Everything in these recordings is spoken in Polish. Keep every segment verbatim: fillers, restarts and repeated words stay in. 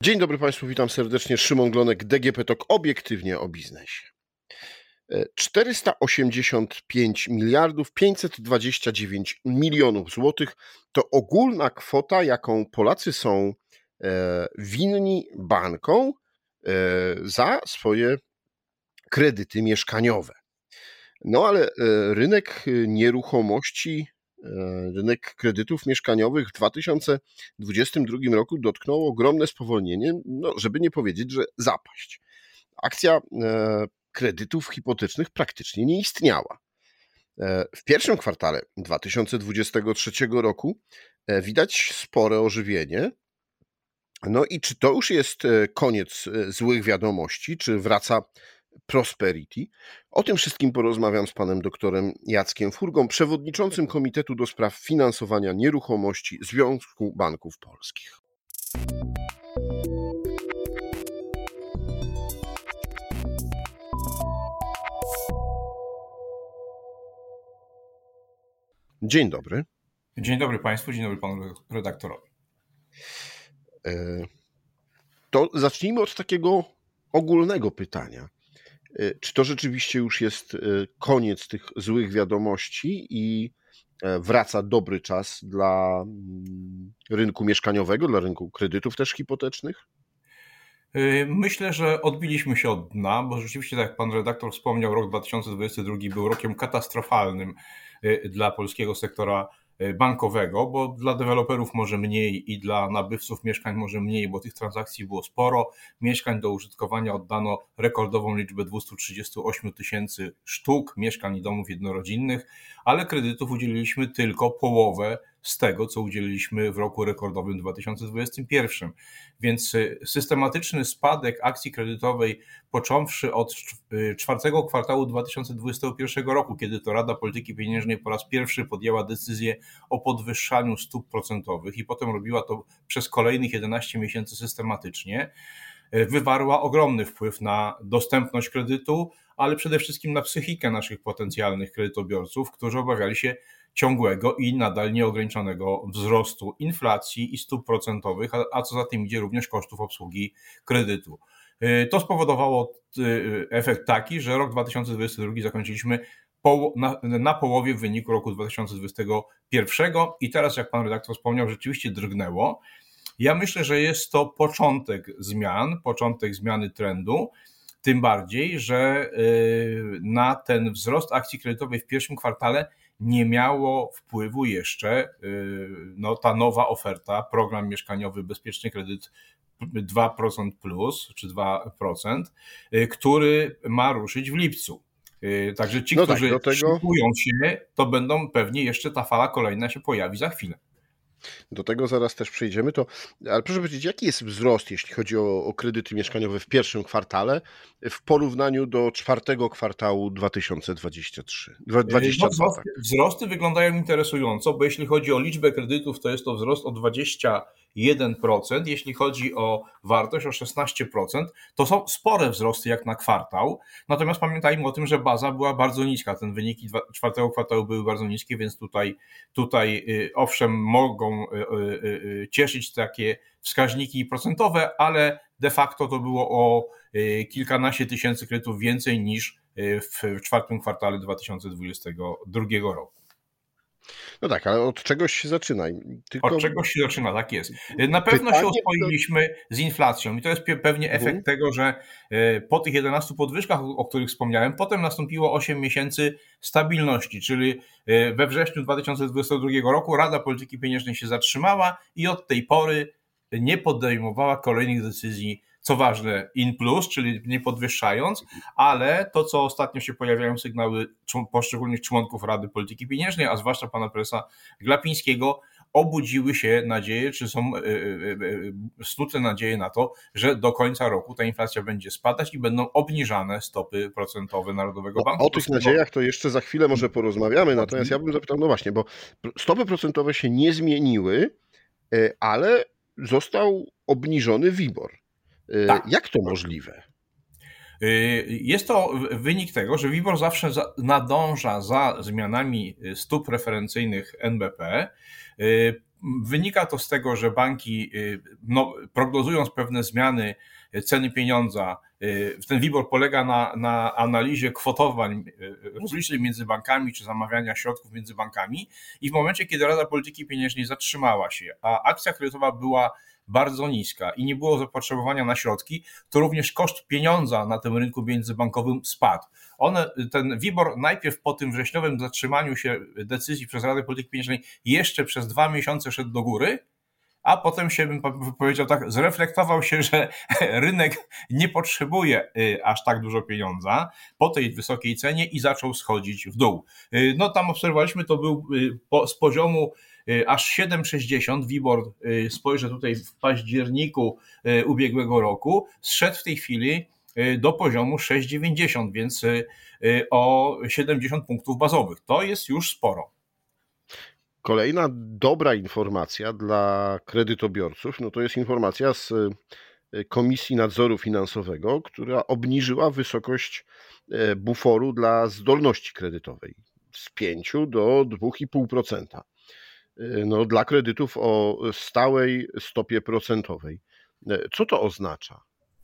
Dzień dobry Państwu, witam serdecznie. Szymon Glonek, D G P Talk, obiektywnie o biznesie. czterysta osiemdziesiąt pięć miliardów pięćset dwadzieścia dziewięć milionów złotych to ogólna kwota, jaką Polacy są winni bankom za swoje kredyty mieszkaniowe. No ale rynek nieruchomości, rynek kredytów mieszkaniowych w dwa tysiące dwudziestym drugim roku dotknął ogromne spowolnienie, no, żeby nie powiedzieć, że zapaść. Akcja kredytów hipotecznych praktycznie nie istniała. W pierwszym kwartale dwa tysiące dwudziestego trzeciego roku widać spore ożywienie. No i czy to już jest koniec złych wiadomości, czy wraca prosperity? O tym wszystkim porozmawiam z panem doktorem Jackiem Furgą, przewodniczącym Komitetu do Spraw Finansowania Nieruchomości Związku Banków Polskich. Dzień dobry. Dzień dobry Państwu, dzień dobry panu redaktorowi. To zacznijmy od takiego ogólnego pytania. Czy to rzeczywiście już jest koniec tych złych wiadomości i wraca dobry czas dla rynku mieszkaniowego, dla rynku kredytów też hipotecznych? Myślę, że odbiliśmy się od dna, bo rzeczywiście, tak jak pan redaktor wspomniał, rok dwa tysiące dwudziesty drugi był rokiem katastrofalnym dla polskiego sektora bankowego, bo dla deweloperów może mniej i dla nabywców mieszkań może mniej, bo tych transakcji było sporo. Mieszkań do użytkowania oddano rekordową liczbę dwieście trzydzieści osiem tysięcy sztuk, mieszkań i domów jednorodzinnych, ale kredytów udzieliliśmy tylko połowę z tego, co udzieliliśmy w roku rekordowym dwa tysiące dwudziestym pierwszym. Więc systematyczny spadek akcji kredytowej, począwszy od czwartego kwartału dwa tysiące dwudziestego pierwszego roku, kiedy to Rada Polityki Pieniężnej po raz pierwszy podjęła decyzję o podwyższaniu stóp procentowych i potem robiła to przez kolejnych jedenaście miesięcy systematycznie, wywarła ogromny wpływ na dostępność kredytu, ale przede wszystkim na psychikę naszych potencjalnych kredytobiorców, którzy obawiali się ciągłego i nadal nieograniczonego wzrostu inflacji i stóp procentowych, a, a co za tym idzie również kosztów obsługi kredytu. To spowodowało efekt taki, że rok dwa tysiące dwudziesty drugi zakończyliśmy po, na, na połowie w wyniku roku dwa tysiące dwudziestego pierwszego i teraz, jak pan redaktor wspomniał, rzeczywiście drgnęło. Ja myślę, że jest to początek zmian, początek zmiany trendu, tym bardziej, że na ten wzrost akcji kredytowej w pierwszym kwartale nie miało wpływu jeszcze no, ta nowa oferta, program mieszkaniowy Bezpieczny Kredyt dwa procent plus, czy dwa procent, który ma ruszyć w lipcu. Także ci, no którzy tak, tego... szykują się, to będą pewnie jeszcze ta fala kolejna się pojawi za chwilę. Do tego zaraz też przejdziemy. To, ale proszę powiedzieć, jaki jest wzrost, jeśli chodzi o, o kredyty mieszkaniowe w pierwszym kwartale w porównaniu do czwartego kwartału dwa tysiące dwudziestego trzeciego? No, wzrosty, wzrosty wyglądają interesująco, bo jeśli chodzi o liczbę kredytów, to jest to wzrost o dwadzieścia jeden procent, jeśli chodzi o wartość o szesnaście procent, to są spore wzrosty jak na kwartał, natomiast pamiętajmy o tym, że baza była bardzo niska, ten wyniki czwartego kwartału były bardzo niskie, więc tutaj, tutaj owszem mogą cieszyć takie wskaźniki procentowe, ale de facto to było o kilkanaście tysięcy kredytów więcej niż w czwartym kwartale dwa tysiące dwudziestego drugiego roku. No tak, ale od czegoś się zaczyna. Tylko... Od czegoś się zaczyna, tak jest. Na pewno Pytanie się oswoiliśmy to... z inflacją i to jest pewnie efekt mhm. tego, że po tych jedenastu podwyżkach, o których wspomniałem, potem nastąpiło osiem miesięcy stabilności, czyli we wrześniu dwa tysiące dwudziestego drugiego roku Rada Polityki Pieniężnej się zatrzymała i od tej pory nie podejmowała kolejnych decyzji, co ważne, in plus, czyli nie podwyższając, ale to, co ostatnio się pojawiają sygnały poszczególnych członków Rady Polityki Pieniężnej, a zwłaszcza pana prezesa Glapińskiego, obudziły się nadzieje, czy są snute nadzieje na to, że do końca roku ta inflacja będzie spadać i będą obniżane stopy procentowe Narodowego Banku. O, o tych nadziejach to jeszcze za chwilę może porozmawiamy, natomiast ja bym zapytał, no właśnie, bo stopy procentowe się nie zmieniły, ale został obniżony WIBOR. Tak. Jak to możliwe? Jest to wynik tego, że WIBOR zawsze nadąża za zmianami stóp referencyjnych N B P. Wynika to z tego, że banki, no, prognozując pewne zmiany ceny pieniądza, ten WIBOR polega na, na analizie kwotowań, rozliczeń między bankami czy zamawiania środków między bankami i w momencie, kiedy Rada Polityki Pieniężnej zatrzymała się, a akcja kredytowa była bardzo niska i nie było zapotrzebowania na środki, to również koszt pieniądza na tym rynku międzybankowym spadł. One, ten WIBOR najpierw po tym wrześniowym zatrzymaniu się decyzji przez Radę Polityki Pieniężnej jeszcze przez dwa miesiące szedł do góry, a potem się, bym powiedział tak, zreflektował się, że rynek nie potrzebuje aż tak dużo pieniądza po tej wysokiej cenie i zaczął schodzić w dół. No tam obserwowaliśmy, to był z poziomu aż siedem przecinek sześćdziesiąt, WIBOR, spojrzę tutaj w październiku ubiegłego roku, zszedł w tej chwili do poziomu sześć przecinek dziewięćdziesiąt, więc o siedemdziesiąt punktów bazowych. To jest już sporo. Kolejna dobra informacja dla kredytobiorców, no to jest informacja z Komisji Nadzoru Finansowego, która obniżyła wysokość buforu dla zdolności kredytowej z pięć do dwa i pół procent. No, dla kredytów o stałej stopie procentowej. Co to oznacza?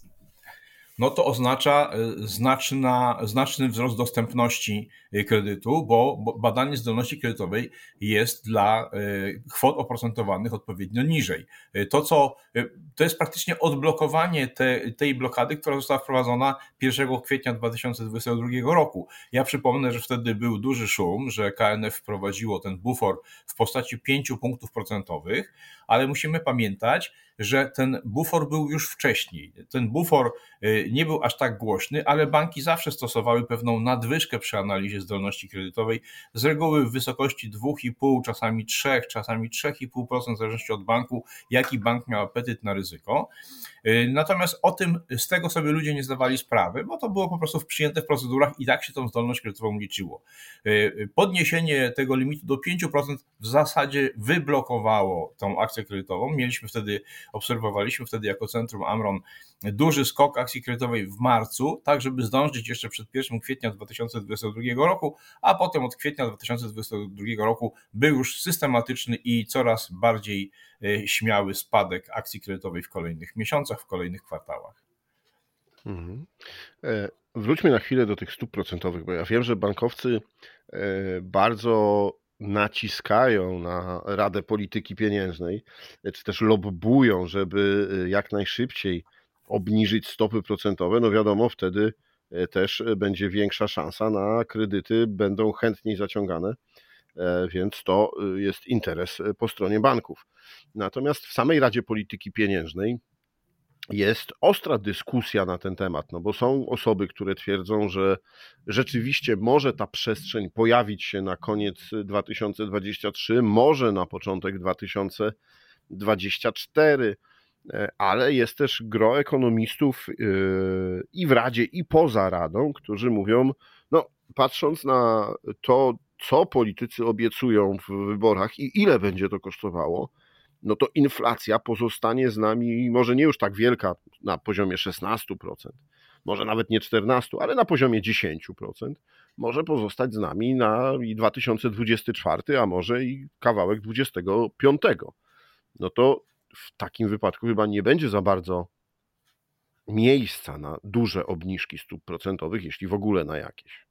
No to oznacza znaczna, znaczny wzrost dostępności kredytu, bo badanie zdolności kredytowej jest dla kwot oprocentowanych odpowiednio niżej. To, co, to jest praktycznie odblokowanie te, tej blokady, która została wprowadzona pierwszego kwietnia dwa tysiące dwudziestego drugiego roku. Ja przypomnę, że wtedy był duży szum, że K N F wprowadziło ten bufor w postaci pięciu punktów procentowych, ale musimy pamiętać, że ten bufor był już wcześniej. Ten bufor nie był aż tak głośny, ale banki zawsze stosowały pewną nadwyżkę przy analizie zdolności kredytowej, z reguły w wysokości dwa i pół, czasami trzy, czasami trzy i pół procent w zależności od banku, jaki bank miał apetyt na ryzyko. Natomiast o tym, z tego sobie ludzie nie zdawali sprawy, bo to było po prostu przyjęte w procedurach i tak się tą zdolność kredytową liczyło. Podniesienie tego limitu do pięć procent w zasadzie wyblokowało tą akcję kredytową. Mieliśmy wtedy, obserwowaliśmy wtedy jako Centrum Amron duży skok akcji kredytowej w marcu, tak żeby zdążyć jeszcze przed pierwszego kwietnia dwa tysiące dwudziestego drugiego roku, a potem od kwietnia dwa tysiące dwudziestego drugiego roku był już systematyczny i coraz bardziej śmiały spadek akcji kredytowej w kolejnych miesiącach, w kolejnych kwartałach. Mhm. Wróćmy na chwilę do tych stóp procentowych, bo ja wiem, że bankowcy bardzo naciskają na Radę Polityki Pieniężnej, czy też lobbują, żeby jak najszybciej obniżyć stopy procentowe. No wiadomo, wtedy też będzie większa szansa na kredyty, będą chętniej zaciągane, więc to jest interes po stronie banków. Natomiast w samej Radzie Polityki Pieniężnej jest ostra dyskusja na ten temat, no bo są osoby, które twierdzą, że rzeczywiście może ta przestrzeń pojawić się na koniec dwa tysiące dwudziestego trzeciego, może na początek dwa tysiące dwudziestego czwartego, ale jest też gro ekonomistów i w Radzie, i poza Radą, którzy mówią, no patrząc na to, co politycy obiecują w wyborach i ile będzie to kosztowało, no to inflacja pozostanie z nami, może nie już tak wielka, na poziomie szesnaście procent, może nawet nie czternaście procent, ale na poziomie dziesięć procent, może pozostać z nami na dwa tysiące dwudziesty czwarty, a może i kawałek dwudziestego piątego. No to w takim wypadku chyba nie będzie za bardzo miejsca na duże obniżki stóp procentowych, jeśli w ogóle na jakieś.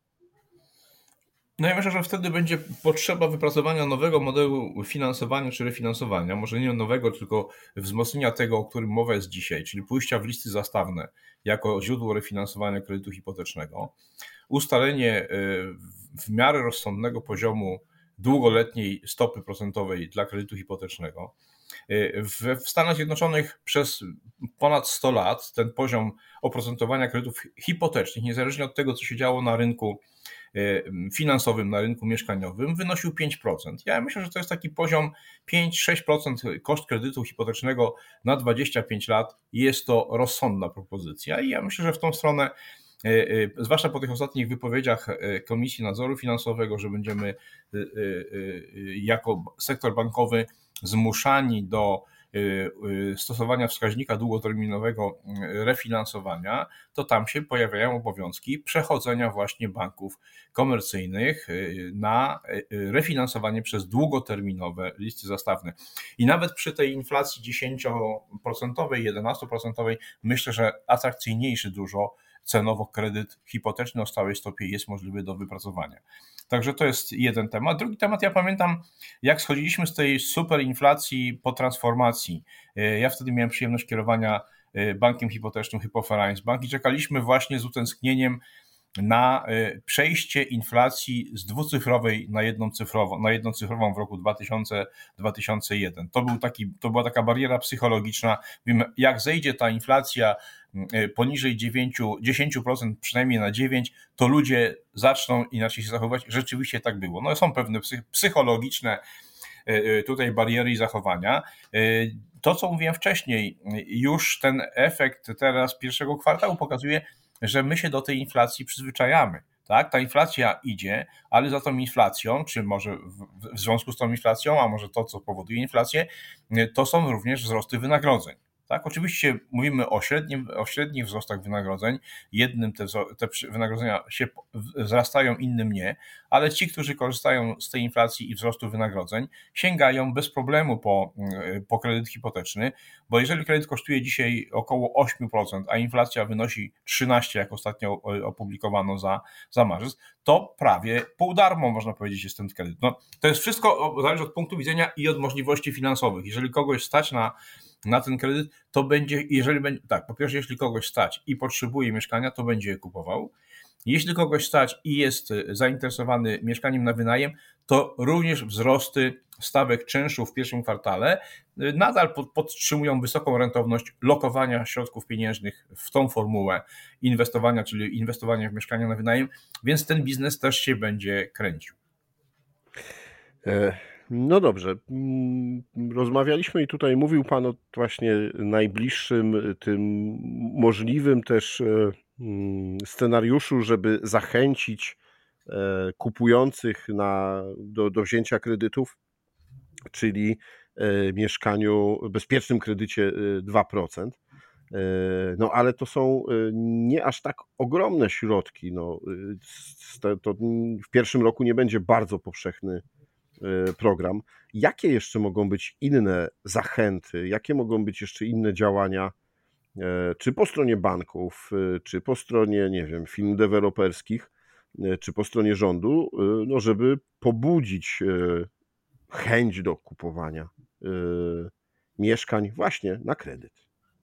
No ja myślę, że wtedy będzie potrzeba wypracowania nowego modelu finansowania czy refinansowania, może nie nowego, tylko wzmocnienia tego, o którym mowa jest dzisiaj, czyli pójścia w listy zastawne jako źródło refinansowania kredytu hipotecznego, ustalenie w miarę rozsądnego poziomu długoletniej stopy procentowej dla kredytu hipotecznego. W Stanach Zjednoczonych przez ponad sto lat ten poziom oprocentowania kredytów hipotecznych, niezależnie od tego, co się działo na rynku finansowym, na rynku mieszkaniowym, wynosił pięć procent. Ja myślę, że to jest taki poziom pięć do sześciu procent koszt kredytu hipotecznego na dwadzieścia pięć lat. Jest to rozsądna propozycja i ja myślę, że w tą stronę, zwłaszcza po tych ostatnich wypowiedziach Komisji Nadzoru Finansowego, że będziemy jako sektor bankowy zmuszani do stosowania wskaźnika długoterminowego refinansowania, to tam się pojawiają obowiązki przechodzenia właśnie banków komercyjnych na refinansowanie przez długoterminowe listy zastawne. I nawet przy tej inflacji dziesięć procent, jedenaście procent myślę, że atrakcyjniejszy dużo cenowo kredyt hipoteczny o stałej stopie jest możliwy do wypracowania. Także to jest jeden temat. Drugi temat, ja pamiętam, jak schodziliśmy z tej superinflacji po transformacji. Ja wtedy miałem przyjemność kierowania bankiem hipotecznym Hypo Vereins Bank i czekaliśmy właśnie z utęsknieniem na przejście inflacji z dwucyfrowej na jednocyfrową, na jednocyfrową w roku dwa tysiące do dwa tysiące jeden. To, był taki, to była taka bariera psychologiczna. Wiem, jak zejdzie ta inflacja poniżej dziewięć, dziesięć procent, przynajmniej na dziewięć procent, to ludzie zaczną inaczej się zachowywać. Rzeczywiście tak było. No, są pewne psychologiczne tutaj bariery i zachowania. To, co mówiłem wcześniej, już ten efekt teraz pierwszego kwartału pokazuje, że my się do tej inflacji przyzwyczajamy. Tak? Ta inflacja idzie, ale za tą inflacją, czy może w, w związku z tą inflacją, a może to, co powoduje inflację, to są również wzrosty wynagrodzeń. Tak? Oczywiście mówimy o, średnim, o średnich wzrostach wynagrodzeń. Jednym te, te wynagrodzenia się wzrastają, innym nie, ale ci, którzy korzystają z tej inflacji i wzrostu wynagrodzeń, sięgają bez problemu po, po kredyt hipoteczny, bo jeżeli kredyt kosztuje dzisiaj około osiem procent, a inflacja wynosi trzynaście procent, jak ostatnio opublikowano za, za marzec, to prawie pół darmo, można powiedzieć, jest ten kredyt. No, to jest wszystko zależy od punktu widzenia i od możliwości finansowych. Jeżeli kogoś stać na na ten kredyt, to będzie, jeżeli będzie, tak, po pierwsze, jeśli kogoś stać i potrzebuje mieszkania, to będzie je kupował. Jeśli kogoś stać i jest zainteresowany mieszkaniem na wynajem, to również wzrosty stawek czynszu w pierwszym kwartale nadal podtrzymują wysoką rentowność lokowania środków pieniężnych w tą formułę inwestowania, czyli inwestowania w mieszkania na wynajem, więc ten biznes też się będzie kręcił. No dobrze, rozmawialiśmy i tutaj mówił Pan o właśnie najbliższym, tym możliwym też scenariuszu, żeby zachęcić kupujących na, do, do wzięcia kredytów, czyli mieszkaniu, bezpiecznym kredycie dwa procent. No ale to są nie aż tak ogromne środki. No, to w pierwszym roku nie będzie bardzo powszechny program. Jakie jeszcze mogą być inne zachęty, jakie mogą być jeszcze inne działania, czy po stronie banków, czy po stronie, nie wiem, firm deweloperskich, czy po stronie rządu, no żeby pobudzić chęć do kupowania mieszkań właśnie na kredyt?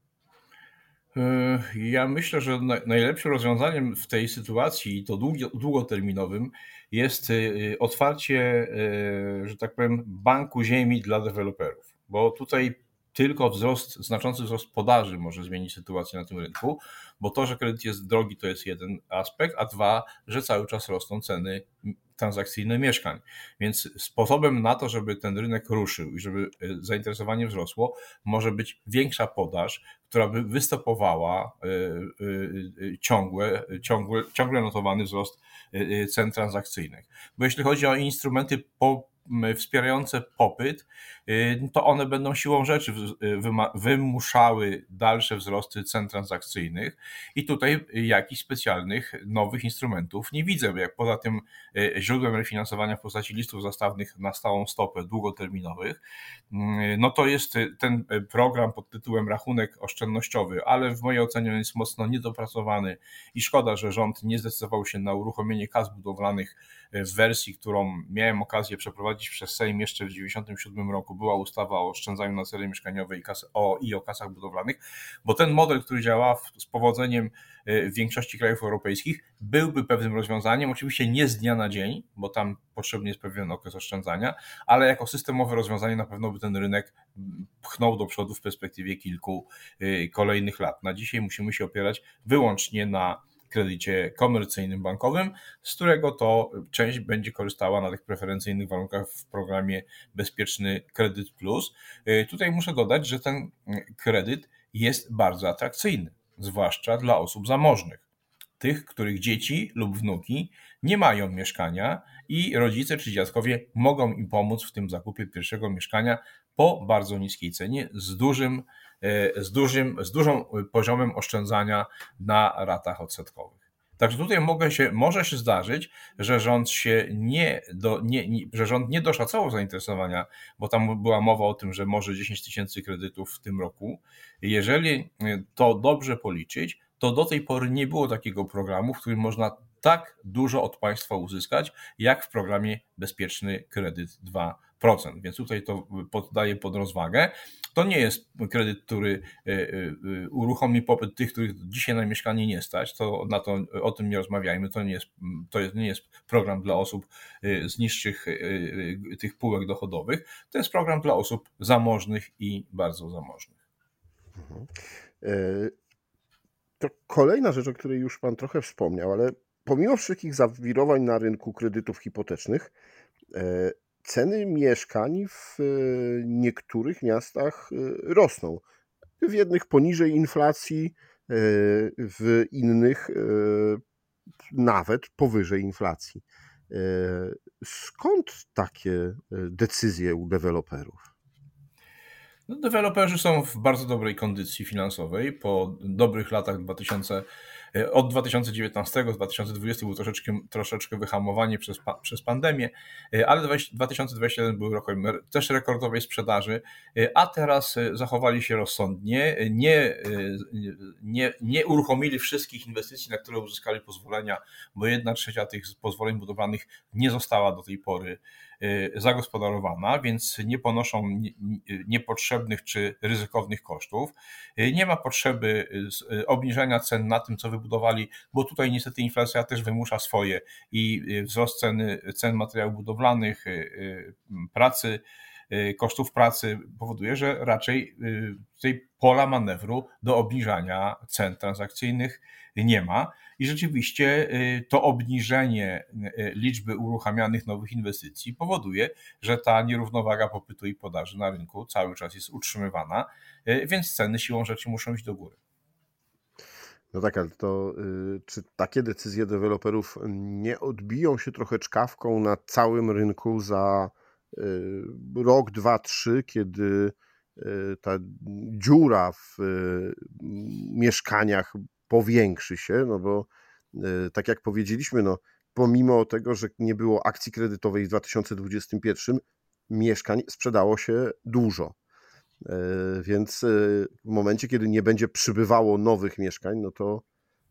Ja myślę, że najlepszym rozwiązaniem w tej sytuacji, i to długoterminowym, jest otwarcie, że tak powiem, banku ziemi dla deweloperów, bo tutaj tylko wzrost, znaczący wzrost podaży może zmienić sytuację na tym rynku, bo to, że kredyt jest drogi, to jest jeden aspekt, a dwa, że cały czas rosną ceny transakcyjne mieszkań. Więc sposobem na to, żeby ten rynek ruszył i żeby zainteresowanie wzrosło, może być większa podaż, która by wystopowała ciągłe, ciągłe, ciągle notowany wzrost cen transakcyjnych. Bo jeśli chodzi o instrumenty po wspierające popyt, to one będą siłą rzeczy wymuszały dalsze wzrosty cen transakcyjnych i tutaj jakichś specjalnych nowych instrumentów nie widzę, bo jak poza tym źródłem refinansowania w postaci listów zastawnych na stałą stopę długoterminowych, no to jest ten program pod tytułem rachunek oszczędnościowy, ale w mojej ocenie jest mocno niedopracowany i szkoda, że rząd nie zdecydował się na uruchomienie kas budowlanych w wersji, którą miałem okazję przeprowadzić przez Sejm jeszcze w dziewięćdziesiątym siódmym roku. Była ustawa o oszczędzaniu na cele mieszkaniowe i, kas- o, i o kasach budowlanych, bo ten model, który działa w, z powodzeniem w większości krajów europejskich, byłby pewnym rozwiązaniem, oczywiście nie z dnia na dzień, bo tam potrzebny jest pewien okres oszczędzania, ale jako systemowe rozwiązanie na pewno by ten rynek pchnął do przodu w perspektywie kilku kolejnych lat. Na dzisiaj musimy się opierać wyłącznie na kredycie komercyjnym bankowym, z którego to część będzie korzystała na tych preferencyjnych warunkach w programie Bezpieczny Kredyt Plus. Tutaj muszę dodać, że ten kredyt jest bardzo atrakcyjny, zwłaszcza dla osób zamożnych, tych, których dzieci lub wnuki nie mają mieszkania i rodzice czy dziadkowie mogą im pomóc w tym zakupie pierwszego mieszkania po bardzo niskiej cenie z dużym, z dużym, z dużym poziomem oszczędzania na ratach odsetkowych. Także tutaj mogę się, może się zdarzyć, że rząd się nie, do, nie, nie, że rząd nie doszacował zainteresowania, bo tam była mowa o tym, że może dziesięć tysięcy kredytów w tym roku. Jeżeli to dobrze policzyć, to do tej pory nie było takiego programu, w którym można tak dużo od państwa uzyskać, jak w programie Bezpieczny Kredyt dwa procent. Więc tutaj to poddaję pod rozwagę. To nie jest kredyt, który uruchomi popyt tych, których dzisiaj na mieszkanie nie stać. To na to, o tym nie rozmawiajmy. To nie jest, to jest, nie jest program dla osób z niższych tych półek dochodowych. To jest program dla osób zamożnych i bardzo zamożnych. Mhm. To kolejna rzecz, o której już Pan trochę wspomniał, ale pomimo wszystkich zawirowań na rynku kredytów hipotecznych, ceny mieszkań w niektórych miastach rosną. W jednych poniżej inflacji, w innych nawet powyżej inflacji. Skąd takie decyzje u deweloperów? No, deweloperzy są w bardzo dobrej kondycji finansowej. Po dobrych latach dwa tysiące, od dwa tysiące dziewiętnastego do dwa tysiące dwudziestego było troszeczkę, troszeczkę wyhamowanie przez, przez pandemię, ale dwa tysiące dwudziesty jeden był rokiem też rekordowej sprzedaży, a teraz zachowali się rozsądnie, nie, nie, nie uruchomili wszystkich inwestycji, na które uzyskali pozwolenia, bo jedna trzecia tych pozwoleń budowlanych nie została do tej pory zagospodarowana, więc nie ponoszą niepotrzebnych czy ryzykownych kosztów. Nie ma potrzeby obniżania cen na tym, co wybudowali, bo tutaj niestety inflacja też wymusza swoje i wzrost ceny, cen materiałów budowlanych, pracy, kosztów pracy powoduje, że raczej tutaj pola manewru do obniżania cen transakcyjnych nie ma. I rzeczywiście to obniżenie liczby uruchamianych nowych inwestycji powoduje, że ta nierównowaga popytu i podaży na rynku cały czas jest utrzymywana, więc ceny siłą rzeczy muszą iść do góry. No tak, ale to y, czy takie decyzje deweloperów nie odbiją się trochę czkawką na całym rynku za y, rok, dwa, trzy, kiedy y, ta dziura w y, mieszkaniach powiększy się, no bo y, tak jak powiedzieliśmy, no pomimo tego, że nie było akcji kredytowej w dwa tysiące dwudziestym pierwszym, mieszkań sprzedało się dużo. Więc w momencie, kiedy nie będzie przybywało nowych mieszkań, no to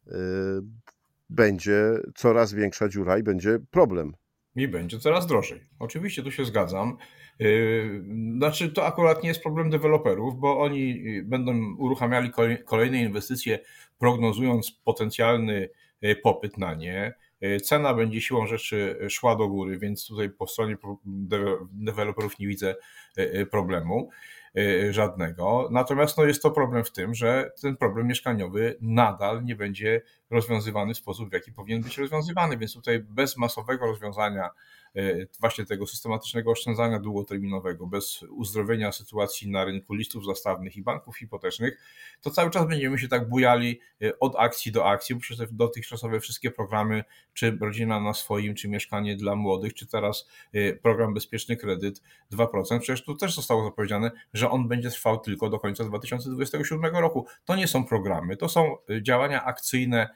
będzie coraz większa dziura i będzie problem. I będzie coraz drożej. Oczywiście tu się zgadzam. Znaczy, to akurat nie jest problem deweloperów, bo oni będą uruchamiali kolejne inwestycje, prognozując potencjalny popyt na nie. Cena będzie siłą rzeczy szła do góry, więc tutaj po stronie deweloperów nie widzę problemu żadnego. Natomiast no, jest to problem w tym, że ten problem mieszkaniowy nadal nie będzie rozwiązywany w sposób, w jaki powinien być rozwiązywany, więc tutaj bez masowego rozwiązania właśnie tego systematycznego oszczędzania długoterminowego, bez uzdrowienia sytuacji na rynku listów zastawnych i banków hipotecznych, to cały czas będziemy się tak bujali od akcji do akcji, bo przecież dotychczasowe wszystkie programy, czy Rodzina na swoim, czy Mieszkanie dla młodych, czy teraz program Bezpieczny Kredyt dwa procent, przecież tu też zostało zapowiedziane, że on będzie trwał tylko do końca dwa tysiące dwudziestego siódmego roku. To nie są programy, to są działania akcyjne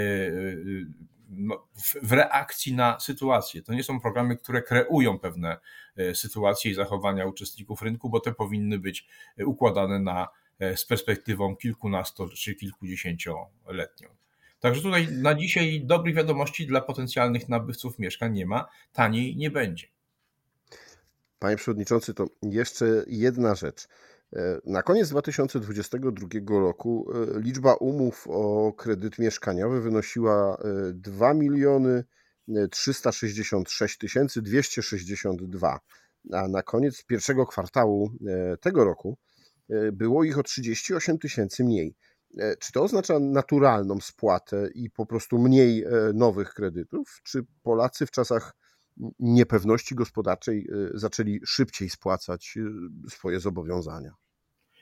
w reakcji na sytuację. To nie są programy, które kreują pewne sytuacje i zachowania uczestników rynku, bo te powinny być układane na, z perspektywą kilkunasto czy kilkudziesięcioletnią. Także tutaj na dzisiaj dobrych wiadomości dla potencjalnych nabywców mieszkań nie ma, taniej nie będzie. Panie Przewodniczący, to jeszcze jedna rzecz. Na koniec dwa tysiące dwudziestego drugiego roku liczba umów o kredyt mieszkaniowy wynosiła dwa miliony trzysta sześćdziesiąt sześć tysięcy dwieście sześćdziesiąt dwa, a na koniec pierwszego kwartału tego roku było ich o trzydzieści osiem tysięcy mniej. Czy to oznacza naturalną spłatę i po prostu mniej nowych kredytów? Czy Polacy w czasach niepewności gospodarczej zaczęli szybciej spłacać swoje zobowiązania?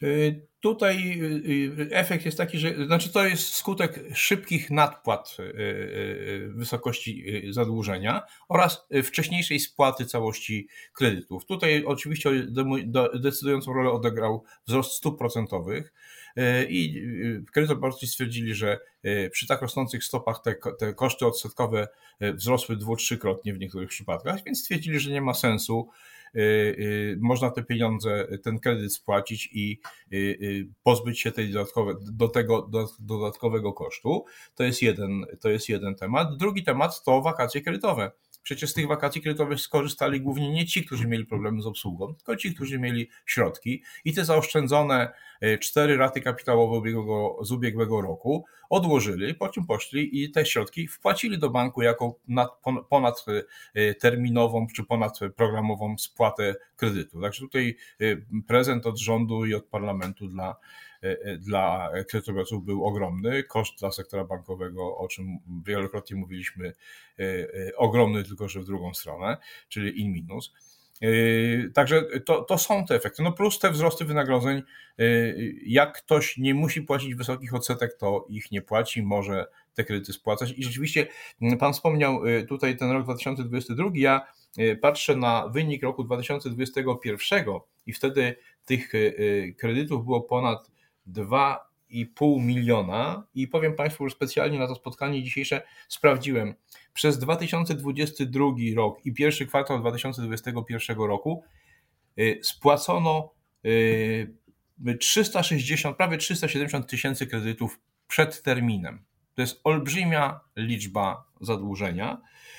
Tutaj efekt jest taki, że znaczy to jest skutek szybkich nadpłat wysokości zadłużenia oraz wcześniejszej spłaty całości kredytów. Tutaj oczywiście decydującą rolę odegrał wzrost stóp procentowych i kredytobiorcy stwierdzili, że przy tak rosnących stopach te, te koszty odsetkowe wzrosły dwu-, trzykrotnie w niektórych przypadkach, więc stwierdzili, że nie ma sensu. Można te pieniądze, ten kredyt spłacić i pozbyć się tej dodatkowe, do tego do, dodatkowego kosztu. To jest jeden, to jest jeden temat. Drugi temat to wakacje kredytowe. Przecież z tych wakacji kredytowych skorzystali głównie nie ci, którzy mieli problemy z obsługą, tylko ci, którzy mieli środki i te zaoszczędzone cztery raty kapitałowe ubiegłego, z ubiegłego roku odłożyli, po czym poszli i te środki wpłacili do banku jako nad, ponadterminową czy ponadprogramową spłatę kredytu. Także tutaj prezent od rządu i od parlamentu dla dla kredytobiorców był ogromny. Koszt dla sektora bankowego, o czym wielokrotnie mówiliśmy, ogromny, tylko że w drugą stronę, czyli in minus. Także to, to są te efekty. No plus te wzrosty wynagrodzeń. Jak ktoś nie musi płacić wysokich odsetek, to ich nie płaci, może te kredyty spłacać. I rzeczywiście pan wspomniał tutaj ten rok dwa tysiące dwudziesty drugi. Ja patrzę na wynik roku dwa tysiące dwudziestego pierwszego i wtedy tych kredytów było ponad dwa i pół miliona i powiem Państwu, że specjalnie na to spotkanie dzisiejsze sprawdziłem. Przez dwa tysiące dwudziesty drugi rok i pierwszy kwartał dwa tysiące dwudziestego pierwszego roku spłacono trzysta sześćdziesiąt, prawie trzysta siedemdziesiąt tysięcy kredytów przed terminem. To jest olbrzymia liczba zadłużenia,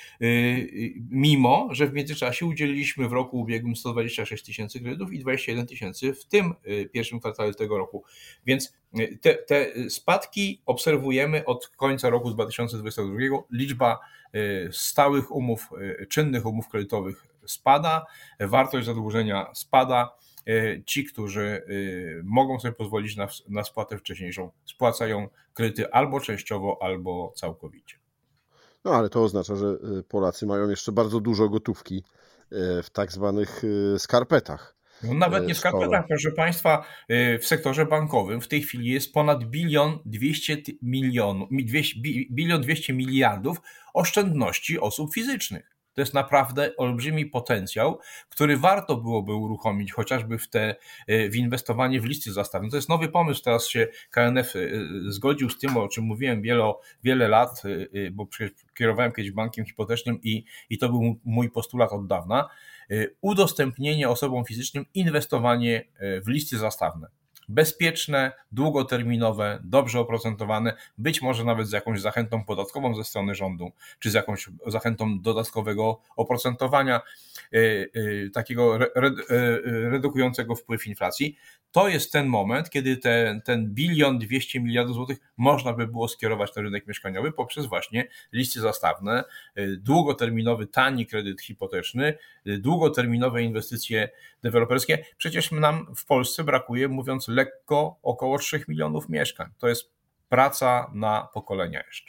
mimo że w międzyczasie udzieliliśmy w roku ubiegłym sto dwadzieścia sześć tysięcy kredytów i dwadzieścia jeden tysięcy w tym pierwszym kwartale tego roku. Więc te, te spadki obserwujemy od końca roku dwa tysiące dwudziestego drugiego. Liczba stałych umów, czynnych umów kredytowych spada, wartość zadłużenia spada. Ci, którzy mogą sobie pozwolić na, na spłatę wcześniejszą, spłacają kredyty albo częściowo, albo całkowicie. No ale to oznacza, że Polacy mają jeszcze bardzo dużo gotówki w tak zwanych skarpetach. No nawet nie w skarpetach, proszę Państwa, w sektorze bankowym w tej chwili jest ponad bilion dwieście milionów, bilion dwieście miliardów oszczędności osób fizycznych. To jest naprawdę olbrzymi potencjał, który warto byłoby uruchomić chociażby w te w inwestowanie w listy zastawne. To jest nowy pomysł, teraz się K N F zgodził z tym, o czym mówiłem wiele, wiele lat, bo kierowałem kiedyś bankiem hipotecznym i, i to był mój postulat od dawna. Udostępnienie osobom fizycznym inwestowanie w listy zastawne. Bezpieczne, długoterminowe, dobrze oprocentowane, być może nawet z jakąś zachętą podatkową ze strony rządu, czy z jakąś zachętą dodatkowego oprocentowania, yy, yy, takiego re, re, redukującego wpływ inflacji. To jest ten moment, kiedy te, ten bilion dwieście miliardów złotych można by było skierować na rynek mieszkaniowy poprzez właśnie listy zastawne, długoterminowy, tani kredyt hipoteczny, długoterminowe inwestycje deweloperskie. Przecież nam w Polsce brakuje, mówiąc lekko, około trzech milionów mieszkań. To jest praca na pokolenia jeszcze.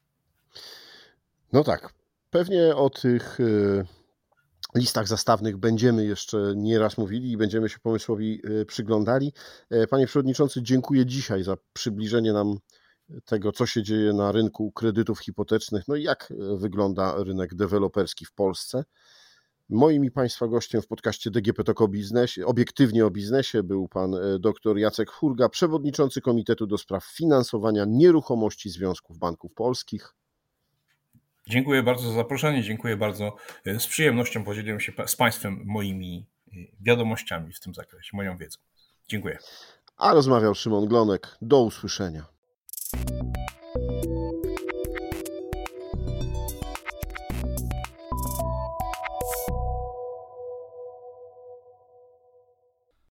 No tak, pewnie o tych listach zastawnych będziemy jeszcze nieraz mówili i będziemy się pomysłowi przyglądali. Panie Przewodniczący, dziękuję dzisiaj za przybliżenie nam tego, co się dzieje na rynku kredytów hipotecznych, no i jak wygląda rynek deweloperski w Polsce. Moim i Państwa gościem w podcaście D G P Talk o biznesie, obiektywnie o biznesie, był pan dr Jacek Hurga, przewodniczący Komitetu do Spraw Finansowania Nieruchomości Związków Banków Polskich. Dziękuję bardzo za zaproszenie, dziękuję bardzo. Z przyjemnością podzieliłem się z Państwem moimi wiadomościami w tym zakresie, moją wiedzą. Dziękuję. A rozmawiał Szymon Glonek. Do usłyszenia.